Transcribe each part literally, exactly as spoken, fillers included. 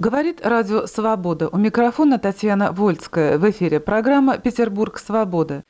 Говорит Радио Свобода. У микрофона Татьяна Вольская. В эфире программа «Петербург. Свобода».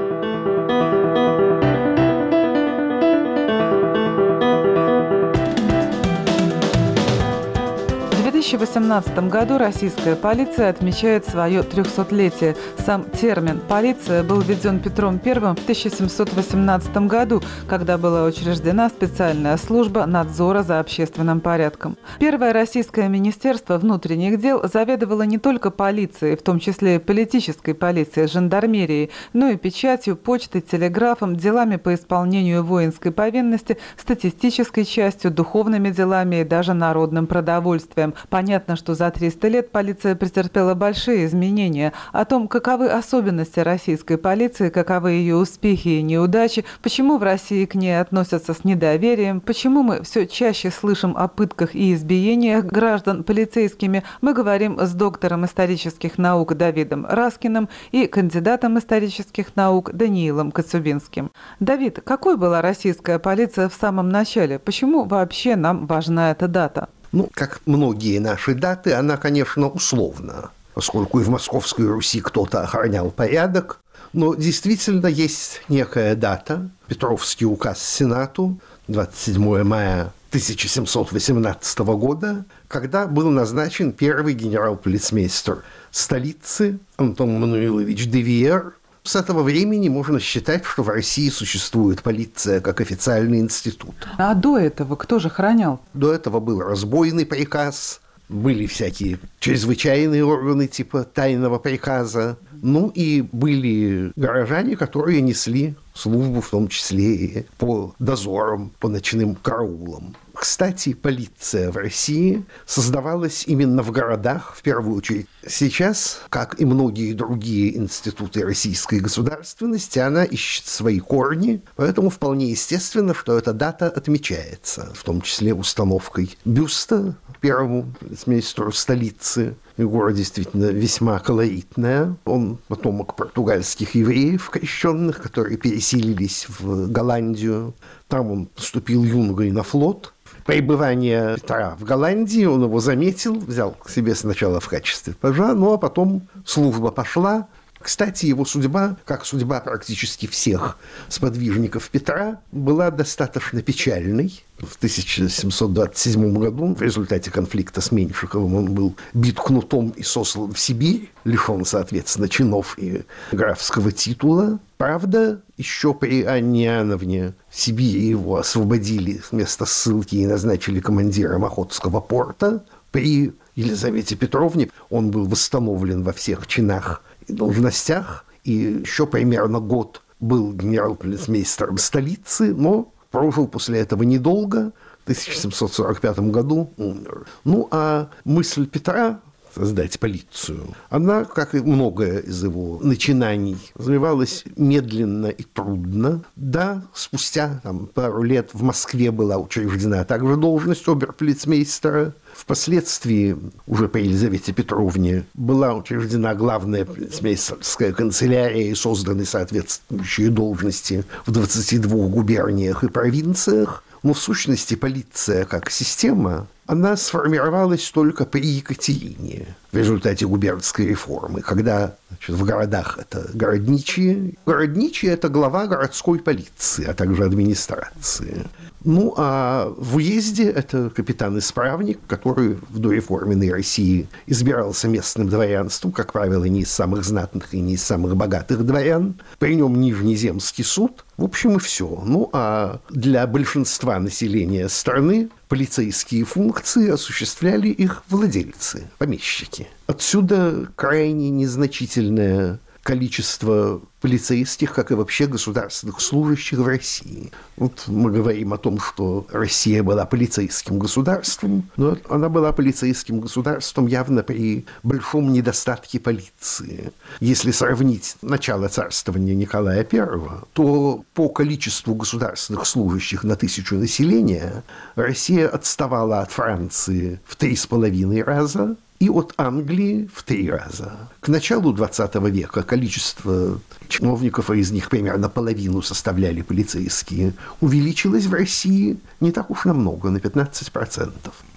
В две тысячи восемнадцатом году российская полиция отмечает свое трехсотлетие. Сам термин «полиция» был введен Петром Первым в тысяча семьсот восемнадцатом году, когда была учреждена специальная служба надзора за общественным порядком. Первое российское министерство внутренних дел заведовало не только полицией, в том числе и политической полицией, жандармерией, но и печатью, почтой, телеграфом, делами по исполнению воинской повинности, статистической частью, духовными делами и даже народным продовольствием. Понятно, что за триста лет полиция претерпела большие изменения. О том, каковы особенности российской полиции, каковы ее успехи и неудачи, почему в России к ней относятся с недоверием, почему мы все чаще слышим о пытках и избиениях граждан полицейскими, мы говорим с доктором исторических наук Давидом Раскиным и кандидатом исторических наук Даниилом Коцюбинским. Давид, какой была российская полиция в самом начале? Почему вообще нам важна эта дата? Ну, как многие наши даты, она, конечно, условна, поскольку и в Московской Руси кто-то охранял порядок, но действительно есть некая дата, Петровский указ Сенату, двадцать седьмое мая тысяча семьсот восемнадцатого года, когда был назначен первый генерал-полицмейстер столицы Антон Мануилович Девиер. С этого времени можно считать, что в России существует полиция как официальный институт. А до этого кто же охранял? До этого был разбойный приказ, были всякие чрезвычайные органы типа тайного приказа, ну и были горожане, которые несли службу, в том числе и по дозорам, по ночным караулам. Кстати, полиция в России создавалась именно в городах, в первую очередь. Сейчас, как и многие другие институты российской государственности, она ищет свои корни, поэтому вполне естественно, что эта дата отмечается, в том числе установкой бюста первому полицмейстеру столицы. Фигура действительно весьма колоритная. Он потомок португальских евреев, крещенных, которые переселились в Голландию. Там он поступил юнгой на флот. Пребывание Петра в Голландии, он его заметил, взял к себе сначала в качестве пажа, ну а потом служба пошла. Кстати, его судьба, как судьба практически всех сподвижников Петра, была достаточно печальной. В тысяча семьсот двадцать седьмом году в результате конфликта с Меньшиковым он был бит кнутом и сослан в Сибирь, лишен, соответственно, чинов и графского титула. Правда, еще при Анне Иоанновне в Сибири его освободили с места ссылки и назначили командиром Охотского порта. При Елизавете Петровне он был восстановлен во всех чинах и должностях, и еще примерно год был генерал-полицмейстером столицы, но прожил после этого недолго, в тысяча семьсот сорок пятом году умер. Ну, а мысль Петра создать полицию, она, как и многое из его начинаний, развивалась медленно и трудно. Да, спустя там, пару лет в Москве была учреждена также должность оберполицмейстера. Впоследствии, уже при Елизавете Петровне, была учреждена главная полицмейстерская канцелярия и созданы соответствующие должности в двадцати двух губерниях и провинциях. Но в сущности полиция как система, она сформировалась только при Екатерине в результате губернской реформы, когда значит, в городах это городничие. Городничие – это глава городской полиции, а также администрации. Ну, а в уезде это капитан-исправник, который в дореформенной России избирался местным дворянством, как правило, не из самых знатных и не из самых богатых дворян. При нем Нижнеземский суд. В общем, и все. Ну, а для большинства населения страны полицейские функции осуществляли их владельцы, помещики. Отсюда крайне незначительное количество полицейских, как и вообще государственных служащих в России. Вот мы говорим о том, что Россия была полицейским государством, но она была полицейским государством явно при большом недостатке полиции. Если сравнить начало царствования Николая Первого, то по количеству государственных служащих на тысячу населения Россия отставала от Франции в три с половиной раза, и от Англии в три раза. К началу двадцатого века количество чиновников, а из них примерно половину составляли полицейские, увеличилось в России не так уж намного, на пятнадцать процентов.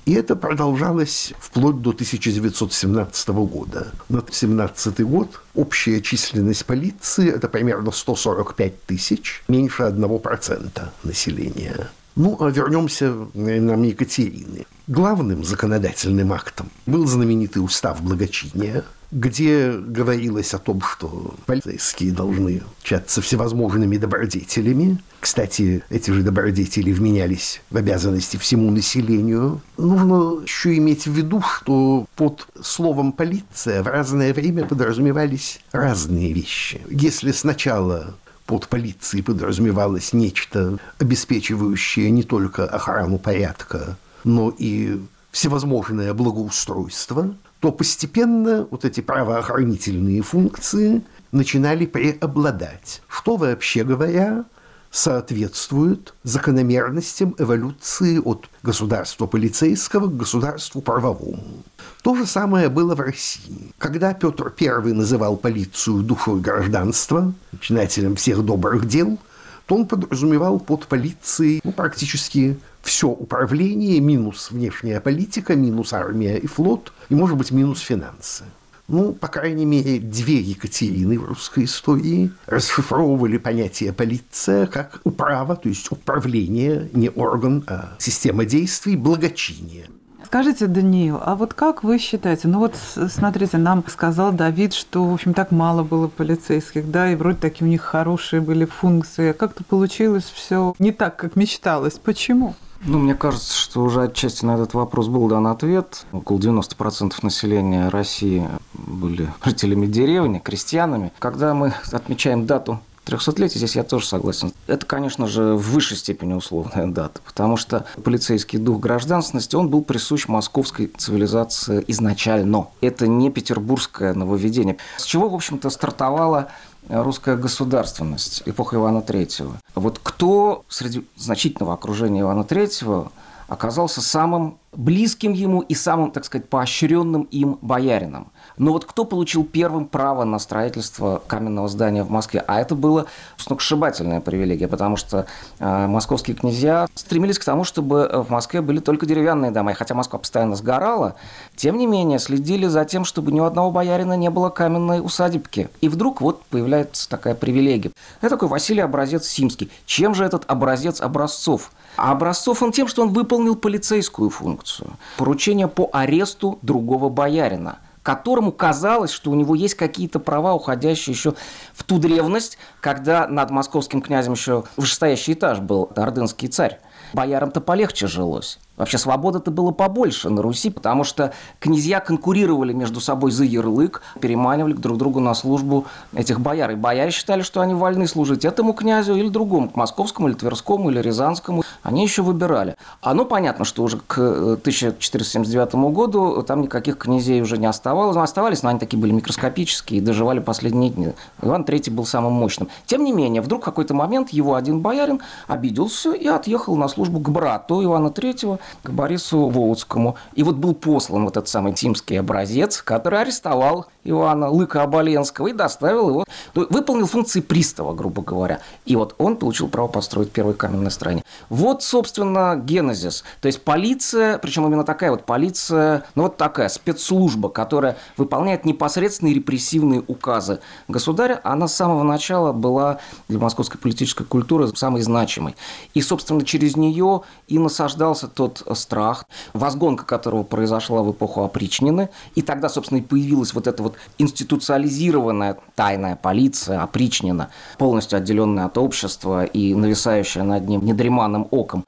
И это продолжалось вплоть до тысяча девятьсот семнадцатого года. На семнадцатый год общая численность полиции – это примерно сто сорок пять тысяч, меньше одного процента населения. Ну, а вернемся к временам Екатерины. Главным законодательным актом был знаменитый устав благочиния, где говорилось о том, что полицейские должны чаться всевозможными добродетелями. Кстати, эти же добродетели вменялись в обязанности всему населению. Нужно еще иметь в виду, что под словом «полиция» в разное время подразумевались разные вещи. Если сначала под полицией подразумевалось нечто, обеспечивающее не только охрану порядка, но и всевозможное благоустройство, то постепенно вот эти правоохранительные функции начинали преобладать, что, вообще говоря, соответствует закономерностям эволюции от государства полицейского к государству правовому. То же самое было в России. Когда Петр Первый называл полицию душой гражданства, начинателем всех добрых дел, то он подразумевал под полицией ну, практически все управление, минус внешняя политика, минус армия и флот, и, может быть, минус финансы. Ну, по крайней мере, две Екатерины в русской истории расшифровывали понятие «полиция» как управа, то есть управление, не орган, а система действий, благочиния. Скажите, Даниил, а вот как вы считаете, ну вот смотрите, нам сказал Давид, что, в общем, так мало было полицейских, да, и вроде такие у них хорошие были функции, а как-то получилось все не так, как мечталось. Почему? Ну, мне кажется, что уже отчасти на этот вопрос был дан ответ. Около девяносто процентов населения России были жителями деревни, крестьянами. Когда мы отмечаем дату трехсотлетия, здесь я тоже согласен. Это, конечно же, в высшей степени условная дата, потому что полицейский дух гражданственности, он был присущ московской цивилизации изначально. Это не петербургское нововведение. С чего, в общем-то, стартовала русская государственность, эпоха Ивана Третьего. Вот кто среди значительного окружения Ивана Третьего оказался самым близким ему и самым, так сказать, поощренным им боярином? Но вот кто получил первым право на строительство каменного здания в Москве? А это была сногсшибательная привилегия, потому что э, московские князья стремились к тому, чтобы в Москве были только деревянные дома. И хотя Москва постоянно сгорала, тем не менее следили за тем, чтобы ни у одного боярина не было каменной усадебки. И вдруг вот появляется такая привилегия. Это такой Василий Образец-Симский. Чем же этот образец Образцов? А Образцов он тем, что он выполнил полицейскую функцию. Поручение по аресту другого боярина, которому казалось, что у него есть какие-то права, уходящие еще в ту древность, когда над московским князем еще вышестоящий этаж был, ордынский царь. Боярам-то полегче жилось. Вообще свободы-то было побольше на Руси, потому что князья конкурировали между собой за ярлык, переманивали друг другу на службу этих бояр. И бояре считали, что они вольны служить этому князю или другому, к московскому, или тверскому, или рязанскому. Они еще выбирали. А ну понятно, что уже к тысяча четыреста семьдесят девятому году там никаких князей уже не оставалось. Ну, оставались, но они такие были микроскопические и доживали последние дни. Иван Третий был самым мощным. Тем не менее, вдруг в какой-то момент его один боярин обиделся и отъехал на службу к брату Ивана Третьего, к Борису Володскому. И вот был послан вот этот самый Симский образец, который арестовал Ивана Лыка Оболенского и доставил его, выполнил функции пристава, грубо говоря. И вот он получил право построить первое каменное строение. Вот, собственно, генезис. То есть полиция, причем именно такая вот полиция, ну вот такая спецслужба, которая выполняет непосредственные репрессивные указы государя, она с самого начала была для московской политической культуры самой значимой. И, собственно, через нее и насаждался тот страх, возгонка которого произошла в эпоху опричнины. И тогда, собственно, и появилась вот эта вот институциализированная тайная полиция, опричнина, полностью отделенная от общества и нависающая над ним недреманным оком.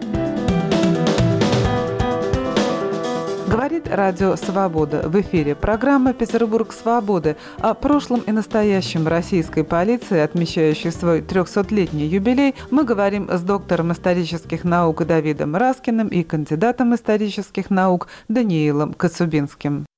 Говорит Радио Свобода. В эфире программа «Петербург свободы» о прошлом и настоящем российской полиции, отмечающей свой трехсотлетний юбилей. Мы говорим с доктором исторических наук Давидом Раскиным и кандидатом исторических наук Даниилом Коцубинским.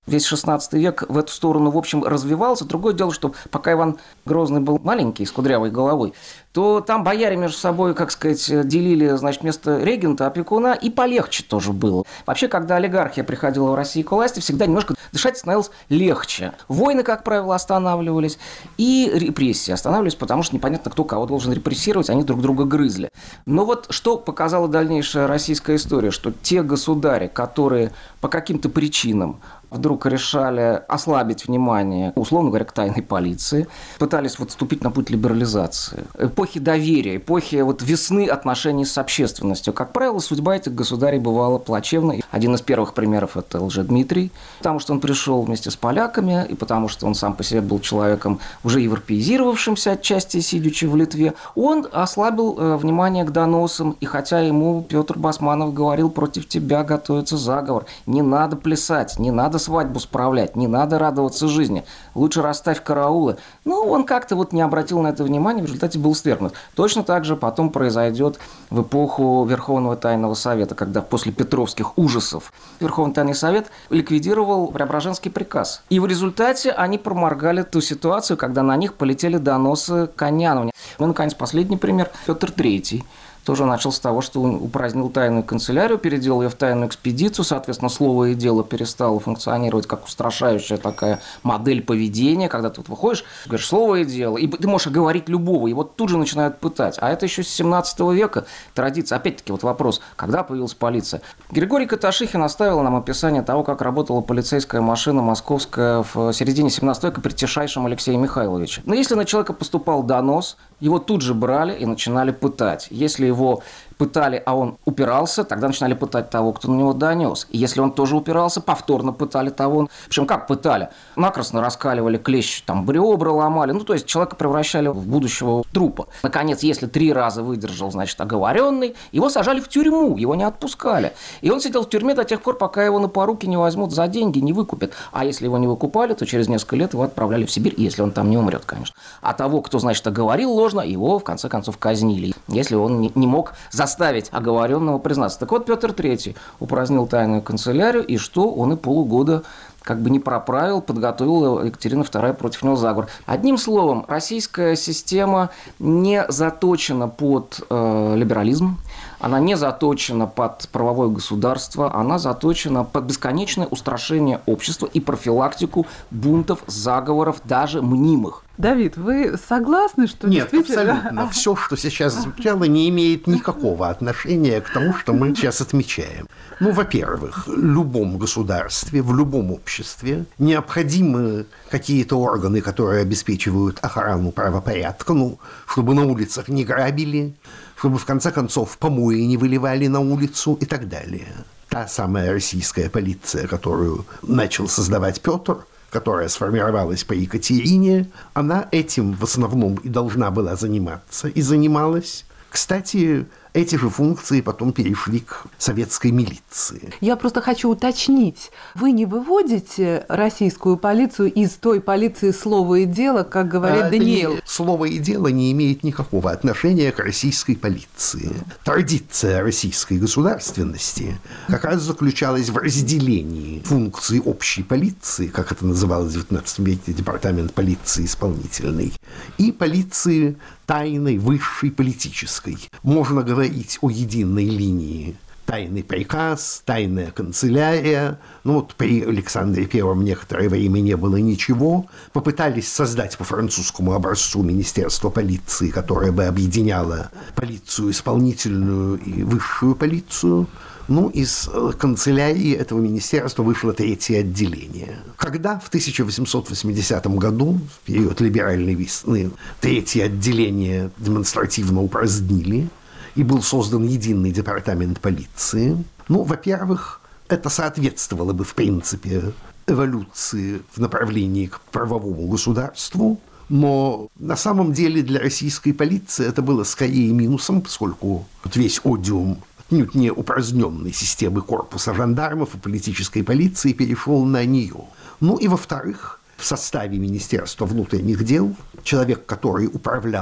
Весь шестнадцатый век в эту сторону, в общем, развивался. Другое дело, что пока Иван Грозный был маленький, с кудрявой головой, то там бояре между собой, как сказать, делили, значит, место регента, опекуна, и полегче тоже было. Вообще, когда олигархия приходила в Россию к власти, всегда немножко дышать становилось легче. Войны, как правило, останавливались, и репрессии останавливались, потому что непонятно, кто кого должен репрессировать, они друг друга грызли. Но вот что показала дальнейшая российская история, что те государи, которые по каким-то причинам вдруг решали ослабить внимание, условно говоря, к тайной полиции, пытались вот вступить на путь либерализации. Эпохи доверия, эпохи вот весны отношений с общественностью. Как правило, судьба этих государей бывала плачевной. Один из первых примеров – это Лжедмитрий, потому что он пришел вместе с поляками, и потому что он сам по себе был человеком, уже европеизировавшимся отчасти, сидячи в Литве. Он ослабил э, внимание к доносам, и хотя ему Петр Басманов говорил: против тебя готовится заговор, не надо плясать, не надо свадьбу справлять, не надо радоваться жизни, лучше расставь караулы. Но он как-то вот не обратил на это внимания, в результате был свергнут. Точно так же потом произойдет в эпоху Верховного Тайного Совета, когда после петровских ужасов Верховный Тайный Совет ликвидировал Преображенский приказ. И в результате они проморгали ту ситуацию, когда на них полетели доносы Коняновне. Ну, наконец, последний пример – Петр Третий. Тоже начал с того, что он упразднил тайную канцелярию, переделал ее в тайную экспедицию, соответственно, слово и дело перестало функционировать как устрашающая такая модель поведения, когда ты вот выходишь, говоришь слово и дело, и ты можешь оговорить любого, и вот тут же начинают пытать. А это еще с семнадцатого века традиция. Опять-таки вот вопрос, когда появилась полиция? Григорий Каташихин оставил нам описание того, как работала полицейская машина московская в середине семнадцатого века при Тишайшем Алексее Михайловиче. Но если на человека поступал донос, его тут же брали и начинали пытать. Если его пытали, а он упирался, тогда начинали пытать того, кто на него донес. И если он тоже упирался, повторно пытали того. Причем как пытали? Накрасно раскаливали клещ, там ребра ломали. Ну, то есть человека превращали в будущего трупа. Наконец, если три раза выдержал, значит, оговоренный, его сажали в тюрьму, его не отпускали. И он сидел в тюрьме до тех пор, пока его на поруки не возьмут за деньги, не выкупят. А если его не выкупали, то через несколько лет его отправляли в Сибирь, если он там не умрет, конечно. А того, кто, значит, оговорил ложно, его, в конце концов, казнили, если он не мог заставить оговоренного признаться. Так вот, Петр Третий упразднил тайную канцелярию, и что? Он и полугода как бы не проправил, подготовила Екатерина Вторая против него заговор. Одним словом, российская система не заточена под э, либерализм, она не заточена под правовое государство, она заточена под бесконечное устрашение общества и профилактику бунтов, заговоров, даже мнимых. Давид, вы согласны, что Нет, действительно... абсолютно. Все, что сейчас звучало, не имеет никакого отношения к тому, что мы сейчас отмечаем. Ну, во-первых, в любом государстве, в любом обществе необходимы какие-то органы, которые обеспечивают охрану правопорядка, ну, чтобы на улицах не грабили, чтобы, в конце концов, помои не выливали на улицу и так далее. Та самая российская полиция, которую начал создавать Петр, которая сформировалась по Екатерине, она этим в основном и должна была заниматься, и занималась. Кстати, эти же функции потом перешли к советской милиции. Я просто хочу уточнить. Вы не выводите российскую полицию из той полиции слова и дела, как говорит а Даниил? Не, слово и дело не имеет никакого отношения к российской полиции. Традиция российской государственности как раз заключалась в разделении функций общей полиции, как это называлось в девятнадцатом веке, департамент полиции исполнительной, и полиции тайной, высшей политической. Можно говорить о единой линии. Тайный приказ, тайная канцелярия. Ну вот при Александре Первом некоторое время не было ничего. Попытались создать по французскому образцу Министерство полиции, которое бы объединяло полицию исполнительную и высшую полицию. Ну, из канцелярии этого министерства вышло третье отделение. Когда в тысяча восемьсот восьмидесятом году, в период либеральной весны, третье отделение демонстративно упразднили, и был создан единый департамент полиции, ну, во-первых, это соответствовало бы, в принципе, эволюции в направлении к правовому государству, но на самом деле для российской полиции это было скорее минусом, поскольку вот весь одиум отнюдь не упраздненной системы корпуса жандармов и политической полиции перешел на нее. Ну и, во-вторых, в составе Министерства внутренних дел человек, который управлял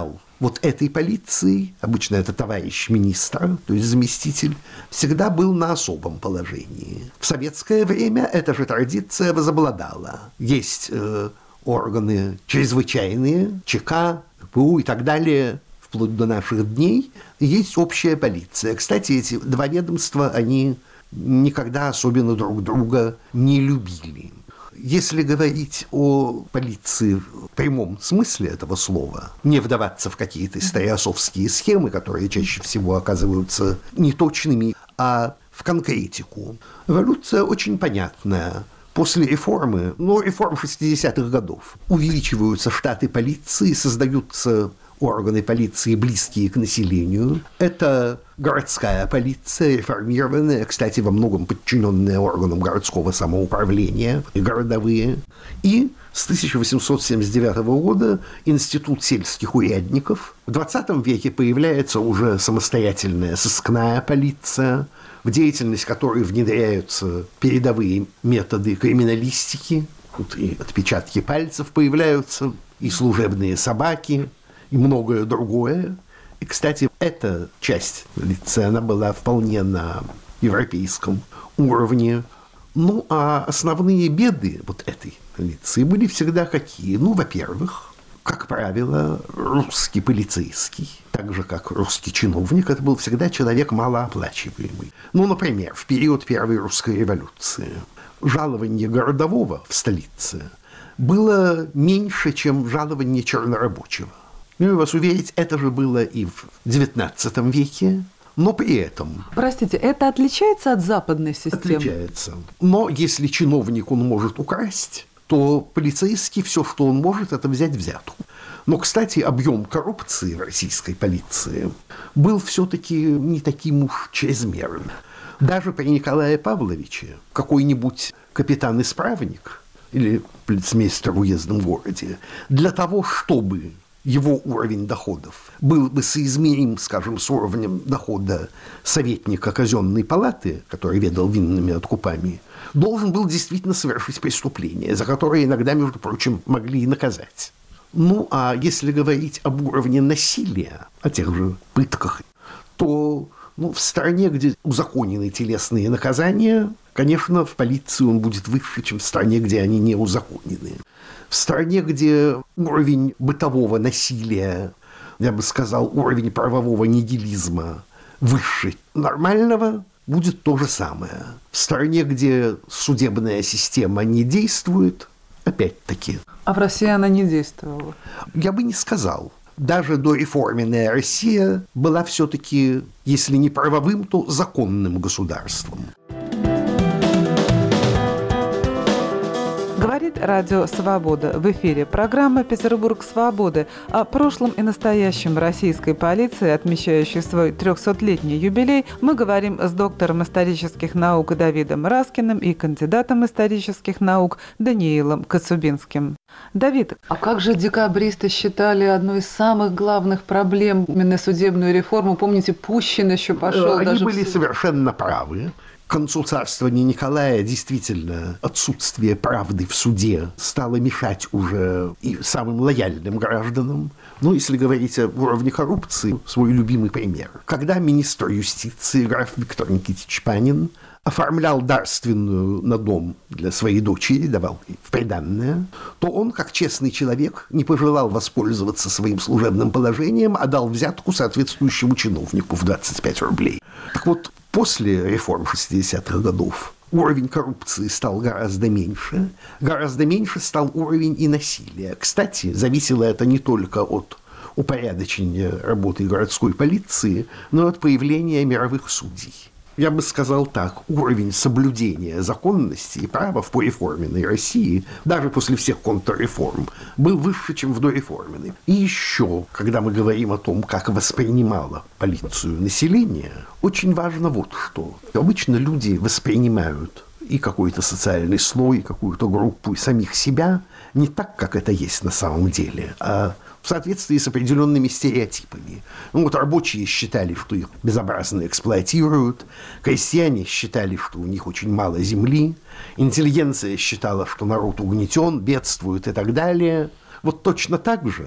вот этой полиции, обычно это товарищ министра, то есть заместитель, всегда был на особом положении. В советское время эта же традиция возобладала. Есть э, органы чрезвычайные, ЧК, ПУ и так далее, вплоть до наших дней. Есть общая полиция. Кстати, эти два ведомства, они никогда особенно друг друга не любили. Если говорить о полиции в прямом смысле этого слова, не вдаваться в какие-то историосовские схемы, которые чаще всего оказываются неточными, а в конкретику, эволюция очень понятная. После реформы, ну, реформ шестидесятых годов, увеличиваются штаты полиции, создаются органы полиции, близкие к населению. Это городская полиция, реформированная, кстати, во многом подчиненная органам городского самоуправления, городовые. И с тысяча восемьсот семьдесят девятого года институт сельских урядников. В двадцатом веке появляется уже самостоятельная сыскная полиция, в деятельность которой внедряются передовые методы криминалистики. Тут и отпечатки пальцев появляются, и служебные собаки, и многое другое. И, кстати, эта часть полиции, она была вполне на европейском уровне. Ну, а основные беды вот этой полиции были всегда какие? Ну, во-первых, как правило, русский полицейский, так же, как русский чиновник, это был всегда человек малооплачиваемый. Ну, например, в период Первой русской революции жалование городового в столице было меньше, чем жалование чернорабочего. Ну, и вас уверить, это же было и в девятнадцатом веке, но при этом... Простите, это отличается от западной системы? Отличается. Но если чиновник, он может украсть, то полицейский все, что он может, это взять взятку. Но, кстати, объем коррупции в российской полиции был все-таки не таким уж чрезмерным. Даже при Николае Павловиче какой-нибудь капитан-исправник или полицмейстер в уездном городе для того, чтобы его уровень доходов был бы соизмерим, скажем, с уровнем дохода советника казенной палаты, который ведал винными откупами, должен был действительно совершить преступление, за которое иногда, между прочим, могли и наказать. Ну, а если говорить об уровне насилия, о тех же пытках, то ну, в стране, где узаконены телесные наказания, конечно, в полиции он будет выше, чем в стране, где они не узаконены. В стране, где уровень бытового насилия, я бы сказал, уровень правового нигилизма выше нормального, будет то же самое. В стране, где судебная система не действует, опять-таки. А в России она не действовала? Я бы не сказал. Даже дореформенная Россия была все-таки, если не правовым, то законным государством. Говорит Радио Свобода. В эфире программа «Петербург свободы» о прошлом и настоящем российской полиции, отмечающей свой трехсотлетний юбилей. Мы говорим с доктором исторических наук Давидом Раскиным и кандидатом исторических наук Даниилом Коцубинским. Давид, а как же декабристы считали одной из самых главных проблем именно судебную реформу? Помните, Пущин еще пошел Они даже... были в... совершенно правы. К концу царствования Николая действительно отсутствие правды в суде стало мешать уже и самым лояльным гражданам. Ну, если говорить об уровне коррупции, свой любимый пример. Когда министр юстиции граф Виктор Никитич Панин оформлял дарственную на дом для своей дочери, давал ей в приданное, то он, как честный человек, не пожелал воспользоваться своим служебным положением, а дал взятку соответствующему чиновнику в двадцать пять рублей. Так вот, после реформ шестидесятых годов уровень коррупции стал гораздо меньше, гораздо меньше стал уровень и насилия. Кстати, зависело это не только от упорядочения работы городской полиции, но и от появления мировых судей. Я бы сказал так, уровень соблюдения законности и права в пореформенной России, даже после всех контрреформ, был выше, чем в дореформенной. И еще, когда мы говорим о том, как воспринимало полицию население, очень важно вот что. Обычно люди воспринимают и какой-то социальный слой, и какую-то группу, и самих себя не так, как это есть на самом деле, а в соответствии с определенными стереотипами. Ну, вот рабочие считали, что их безобразно эксплуатируют, крестьяне считали, что у них очень мало земли, интеллигенция считала, что народ угнетен, бедствует и так далее. Вот точно так же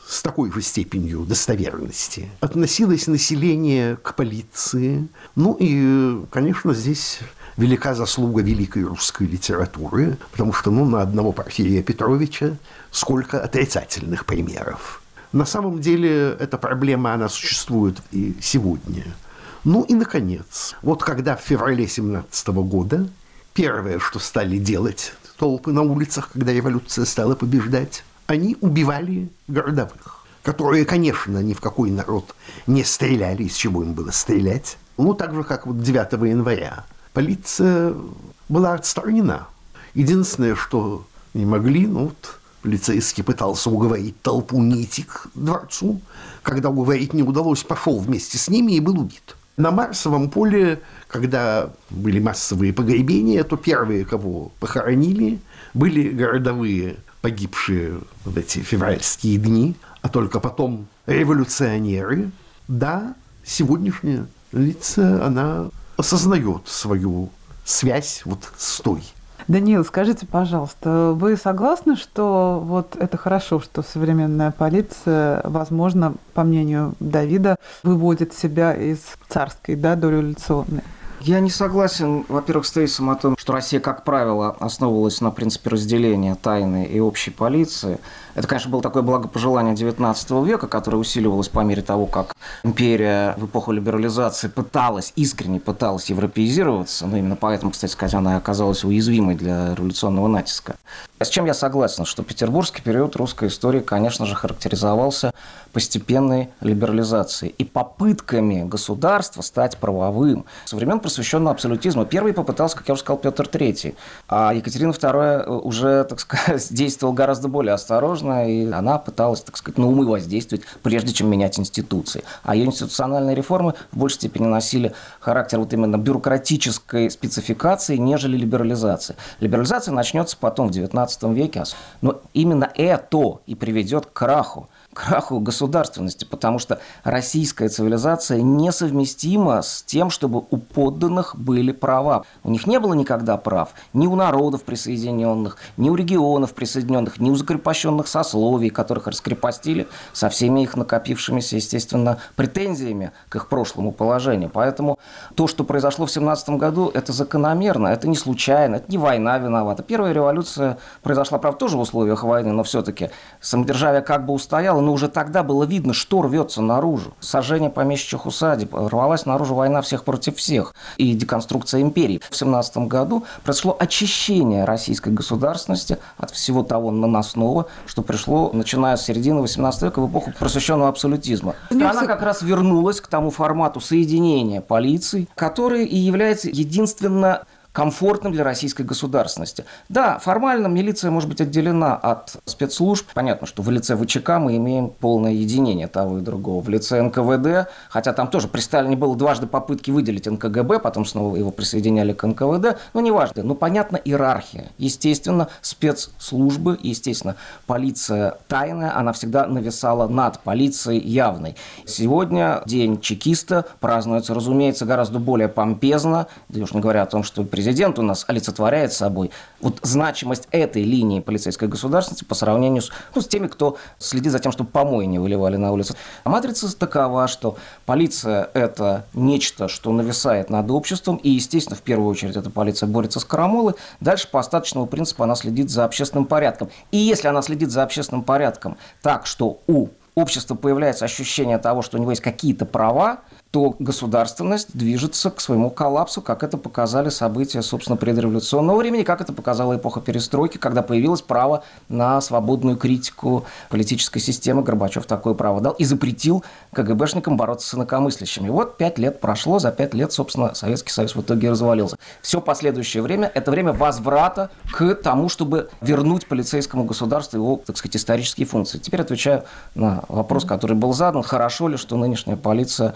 с такой же степенью достоверности относилось население к полиции. Ну и, конечно, здесь велика заслуга великой русской литературы, потому что ну, на одного Порфирия Петровича сколько отрицательных примеров. На самом деле эта проблема, она существует и сегодня. Ну и, наконец, вот когда в феврале семнадцатого года первое, что стали делать толпы на улицах, когда революция стала побеждать, они убивали городовых, которые, конечно, ни в какой народ не стреляли, из чего им было стрелять. Ну, так же, как вот девятого января. Полиция была отстранена. Единственное, что не могли, ну, вот, полицейский пытался уговорить толпу не идти к дворцу. Когда уговорить не удалось, пошел вместе с ними и был убит. На Марсовом поле, когда были массовые погребения, то первые, кого похоронили, были городовые, погибшие в эти февральские дни, а только потом революционеры. Да, сегодняшняя лица, она осознает свою связь вот с той. Даниил, скажите, пожалуйста, вы согласны, что вот это хорошо, что современная полиция, возможно, по мнению Давида, выводит себя из царской, да, дореволюционной? Я не согласен, во-первых, с тезисом о том, что Россия, как правило, основывалась на принципе разделения тайной и общей полиции. Это, конечно, было такое благопожелание девятнадцатого века, которое усиливалось по мере того, как империя в эпоху либерализации пыталась, искренне пыталась европеизироваться. Но именно поэтому, кстати сказать, она оказалась уязвимой для революционного натиска. С чем я согласен, что петербургский период русской истории, конечно же, характеризовался постепенной либерализацией и попытками государства стать правовым. Со времен просвещенного абсолютизма первый попытался, как я уже сказал, Петр Третий, а Екатерина Вторая уже, так сказать, действовала гораздо более осторожно, и она пыталась, так сказать, на умы воздействовать, прежде чем менять институции. А ее институциональные реформы в большей степени носили характер вот именно бюрократической спецификации, нежели либерализации. Либерализация начнется потом, в девятнадцатом веке, но именно это и приведет к краху. краху государственности, потому что российская цивилизация несовместима с тем, чтобы у подданных были права. У них не было никогда прав ни у народов присоединенных, ни у регионов присоединенных, ни у закрепощенных сословий, которых раскрепостили со всеми их накопившимися, естественно, претензиями к их прошлому положению. Поэтому то, что произошло в семнадцатом году, это закономерно, это не случайно, это не война виновата. Первая революция произошла, правда, тоже в условиях войны, но все-таки самодержавие как бы устояло, но уже тогда было видно, что рвется наружу. Сожжение помещичьих усадеб, рвалась наружу война всех против всех и деконструкция империи. В семнадцатом году произошло очищение российской государственности от всего того наносного, что пришло, начиная с середины восемнадцатого века в эпоху просвещенного абсолютизма. Страна как раз вернулась к тому формату соединения полиции, который и является единственно комфортным для российской государственности. Да, формально милиция может быть отделена от спецслужб. Понятно, что в лице ВЧК мы имеем полное единение того и другого. В лице эн ка вэ дэ, хотя там тоже при Сталине было дважды попытки выделить эн ка гэ бэ, потом снова его присоединяли к эн ка вэ дэ, но неважно. Но понятна иерархия. Естественно, спецслужбы, естественно, полиция тайная, она всегда нависала над полицией явной. Сегодня день чекиста празднуется, разумеется, гораздо более помпезно, да уж не говоря о том, что президент Президент у нас олицетворяет собой вот значимость этой линии полицейской государственности по сравнению с, ну, с теми, кто следит за тем, чтобы помои не выливали на улицу. Матрица такова, что полиция – это нечто, что нависает над обществом, и, естественно, в первую очередь эта полиция борется с крамолой. Дальше по остаточному принципу она следит за общественным порядком. И если она следит за общественным порядком так, что у общества появляется ощущение того, что у него есть какие-то права, то государственность движется к своему коллапсу, как это показали события, собственно, предреволюционного времени, как это показала эпоха перестройки, когда появилось право на свободную критику политической системы. Горбачев такое право дал и запретил ка гэ бэшникам бороться с инакомыслящими. Вот пять лет прошло, за пять лет, собственно, Советский Союз в итоге развалился. Все последующее время – это время возврата к тому, чтобы вернуть полицейскому государству его, так сказать, исторические функции. Теперь отвечаю на вопрос, который был задан. Хорошо ли, что нынешняя полиция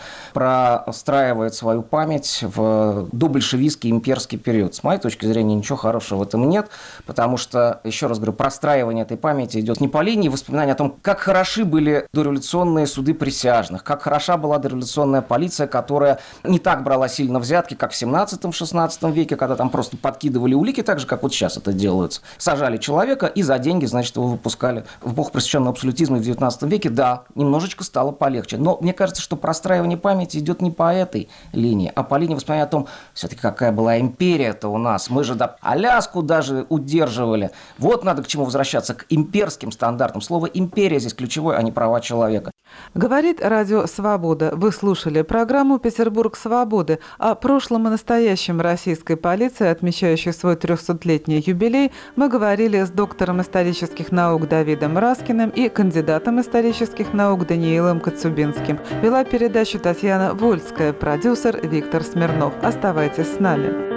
простраивает свою память в добольшевистский имперский период. С моей точки зрения, ничего хорошего в этом нет, потому что, еще раз говорю, простраивание этой памяти идет не по линии воспоминаний о том, как хороши были дореволюционные суды присяжных, как хороша была дореволюционная полиция, которая не так брала сильно взятки, как в семнадцатом-шестнадцатом веке, когда там просто подкидывали улики, так же, как вот сейчас это делается. Сажали человека и за деньги, значит, его выпускали. В эпоху просвещенного абсолютизма в девятнадцатом веке, да, немножечко стало полегче. Но мне кажется, что простраивание памяти идет не по этой линии, а по линии воспоминания о том, все-таки какая была империя-то у нас. Мы же да, Аляску даже удерживали. Вот надо к чему возвращаться, к имперским стандартам. Слово «империя» здесь ключевое, а не права человека. Говорит Радио Свобода. Вы слушали программу «Петербург свободы» о прошлом и настоящем российской полиции, отмечающей свой трехсотлетний юбилей. Мы говорили с доктором исторических наук Давидом Раскиным и кандидатом исторических наук Даниилом Коцюбинским. Вела передачу Татьяна Вольская, продюсер Виктор Смирнов. Оставайтесь с нами.